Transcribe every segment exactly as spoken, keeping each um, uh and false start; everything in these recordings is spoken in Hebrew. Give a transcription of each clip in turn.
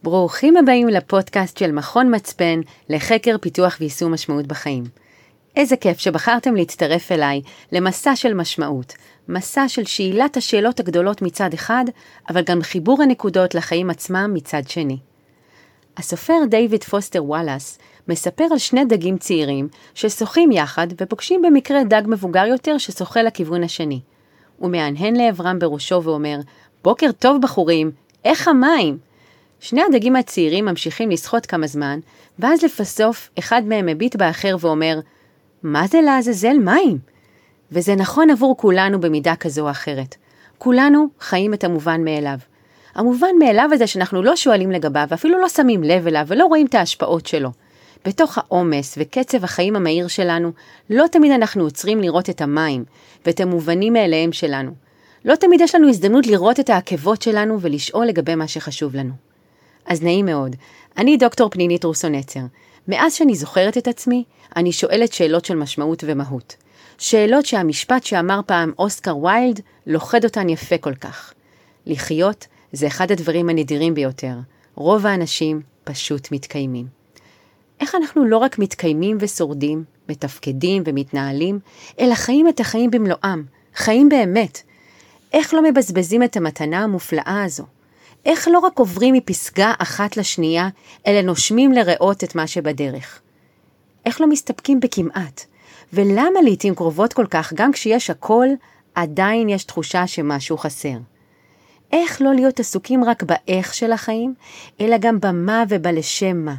ברוכים הבאים לפודקאסט של מכון מצפן לחקר פיתוח ויישום משמעות בחיים. איזה כיף שבחרתם להצטרף אליי למסע של משמעות, מסע של שאלת השאלות הגדולות מצד אחד, אבל גם חיבור הנקודות לחיים עצמם מצד שני. הסופר דיוויד פוסטר וואלאס מספר על שני דגים צעירים ששוחים יחד ופוגשים במקרה דג מבוגר יותר ששוחה לכיוון השני. הוא מהנהן לעברם בראשו ואומר, בוקר טוב בחורים, איך המים? שני הדגים הצעירים ממשיכים לשחות כמה זמן, ואז לפסוף אחד מהם מביט באחר ואומר, מה זה לעזאזל מים? וזה נכון עבור כולנו במידה כזו או אחרת. כולנו חיים את המובן מאליו. המובן מאליו הזה שאנחנו לא שואלים לגביו, ואפילו לא שמים לב אליו ולא רואים את ההשפעות שלו. בתוך העומס וקצב החיים המהיר שלנו, לא תמיד אנחנו עוצרים לראות את המים ואת המובנים מאליהם שלנו. לא תמיד יש לנו הזדמנות לראות את העקבות שלנו ולשאול לגבי מה שחשוב לנו. אז נעים מאוד, אני דוקטור פנינית רוסו-נצר. מאז שאני זוכרת את עצמי, אני שואלת שאלות של משמעות ומהות. שאלות שהמשפט שאמר פעם אוסקר ויילד לוחד אותן יפה כל כך. לחיות זה אחד הדברים הנדירים ביותר. רוב האנשים פשוט מתקיימים. איך אנחנו לא רק מתקיימים ושורדים, מתפקדים ומתנהלים, אלא חיים את החיים במלואם, חיים באמת. איך לא מבזבזים את המתנה המופלאה הזו? איך לא רק עוברים מפסגה אחת לשנייה, אלא נושמים לראות את מה שבדרך? איך לא מסתפקים בכמעט? ולמה לעתים קרובות כל כך, גם כשיש הכל, עדיין יש תחושה שמשהו חסר? איך לא להיות עסוקים רק באיך של החיים, אלא גם במה ובלשם מה?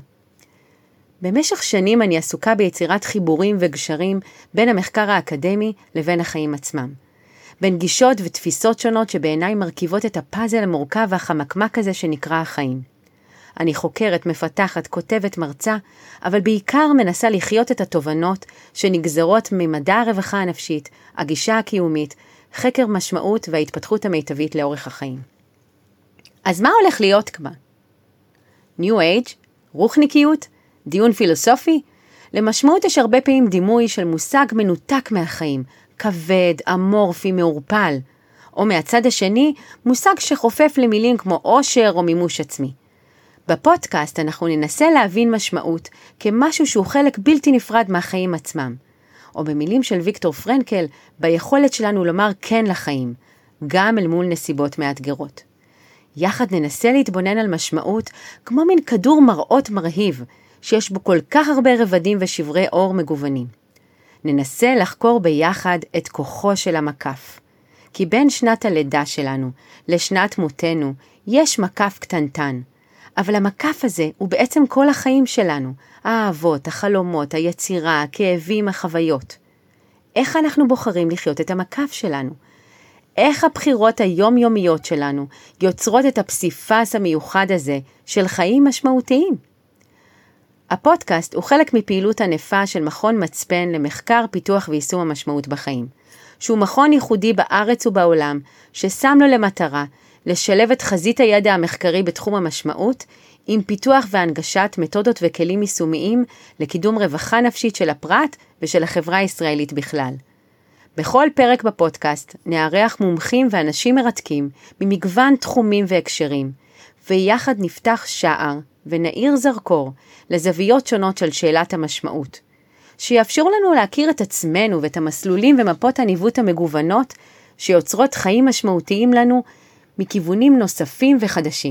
במשך שנים אני עסוקה ביצירת חיבורים וגשרים בין המחקר האקדמי לבין החיים עצמם. בין גישות ותפיסות שונות שבעיניי מרכיבות את הפאזל המורכב והחמקמק הזה שנקרא החיים. אני חוקרת, מפתחת, כותבת, מרצה, אבל בעיקר מנסה לחיות את התובנות שנגזרות ממדע הרווחה הנפשית, הגישה הקיומית, חקר משמעות וההתפתחות המיטבית לאורך החיים. אז מה הולך להיות כבר? ניו אייג', רוחניקיות, דיון פילוסופי? למשמעות יש הרבה פעמים דימוי של מושג מנותק מהחיים, כבד, אמורפי, מעורפל, או מהצד השני, מושג שחופף למילים כמו אושר או מימוש עצמי. בפודקאסט אנחנו ננסה להבין משמעות כמשהו שהוא חלק בלתי נפרד מהחיים עצמם, או במילים של ויקטור פרנקל, ביכולת שלנו לומר כן לחיים, גם אל מול נסיבות מאתגרות. יחד ננסה להתבונן על משמעות כמו מין כדור מראות מרהיב, שיש בו כל כך הרבה רבדים ושברי אור מגוונים. ננסה לחקור ביחד את כוחו של המקף. כי בין שנת הלידה שלנו לשנת מותנו יש מקף קטנטן. אבל המקף הזה הוא בעצם כל החיים שלנו. האהבות, החלומות, היצירה, הכאבים, החוויות. איך אנחנו בוחרים לחיות את המקף שלנו? איך הבחירות היומיומיות שלנו יוצרות את הפסיפס המיוחד הזה של חיים משמעותיים? הפודקאסט הוא חלק מפעילות ענפה של מכון מצפן למחקר, פיתוח ויישום המשמעות בחיים, שהוא מכון ייחודי בארץ ובעולם, ששם לו למטרה לשלב את חזית הידע המחקרי בתחום המשמעות, עם פיתוח והנגשת מתודות וכלים יישומיים לקידום רווחה נפשית של הפרט ושל החברה הישראלית בכלל. בכל פרק בפודקאסט נארח מומחים ואנשים מרתקים ממגוון תחומים והקשרים, ויחד נפתח שער ונעיר זרקור לזוויות שונות של שאלת המשמעות, שיאפשרו לנו להכיר את עצמנו ואת המסלולים ומפות הניווט המגוונות שיוצרות חיים משמעותיים לנו מכיוונים נוספים וחדשים.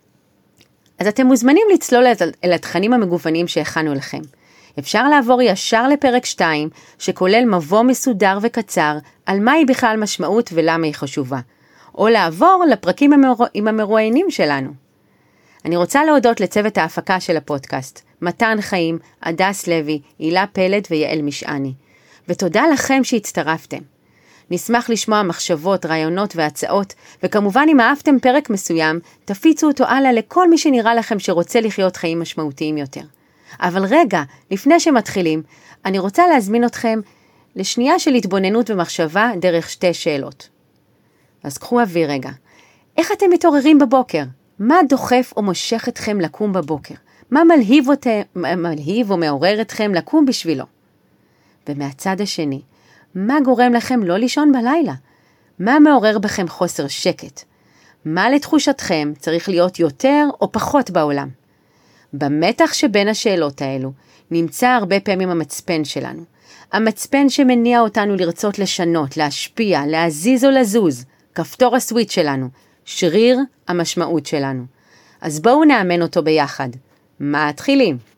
אז אתם מוזמנים לצלול אל התכנים המגוונים שהכנו לכם. אפשר לעבור ישר לפרק שתיים, שכולל מבוא מסודר וקצר על מהי בכלל משמעות ולמה היא חשובה, או לעבור לפרקים המרוא... עם המרואיינים שלנו. אני רוצה להודות לצוות ההפקה של הפודקאסט, מתן חיים, הדס לוי, הילה פלד ויעל משעני. ותודה לכם שהצטרפתם. נשמח לשמוע מחשבות, רעיונות והצעות, וכמובן אם אהבתם פרק מסוים, תפיצו אותו הלאה לכל מי שנראה לכם שרוצה לחיות חיים משמעותיים יותר. אבל רגע, לפני שמתחילים, אני רוצה להזמין אתכם לשנייה של התבוננות ומחשבה דרך שתי שאלות. אז קחו אוויר רגע. איך אתם מתעוררים בבוקר? מה דוחף או מושך אתכם לקום בבוקר? מה מלהיב, אותם, מלהיב או מעורר אתכם לקום בשבילו? ומהצד השני, מה גורם לכם לא לישון בלילה? מה מעורר בכם חוסר שקט? מה לתחושתכם צריך להיות יותר או פחות בעולם? במתח שבין השאלות האלו נמצא הרבה פעמים המצפן שלנו. המצפן שמניע אותנו לרצות לשנות, להשפיע, להזיז או לזוז, כפתור הסוויץ' שלנו, שריר המשמעות שלנו. אז בואו נאמן אותו ביחד. מתחילים.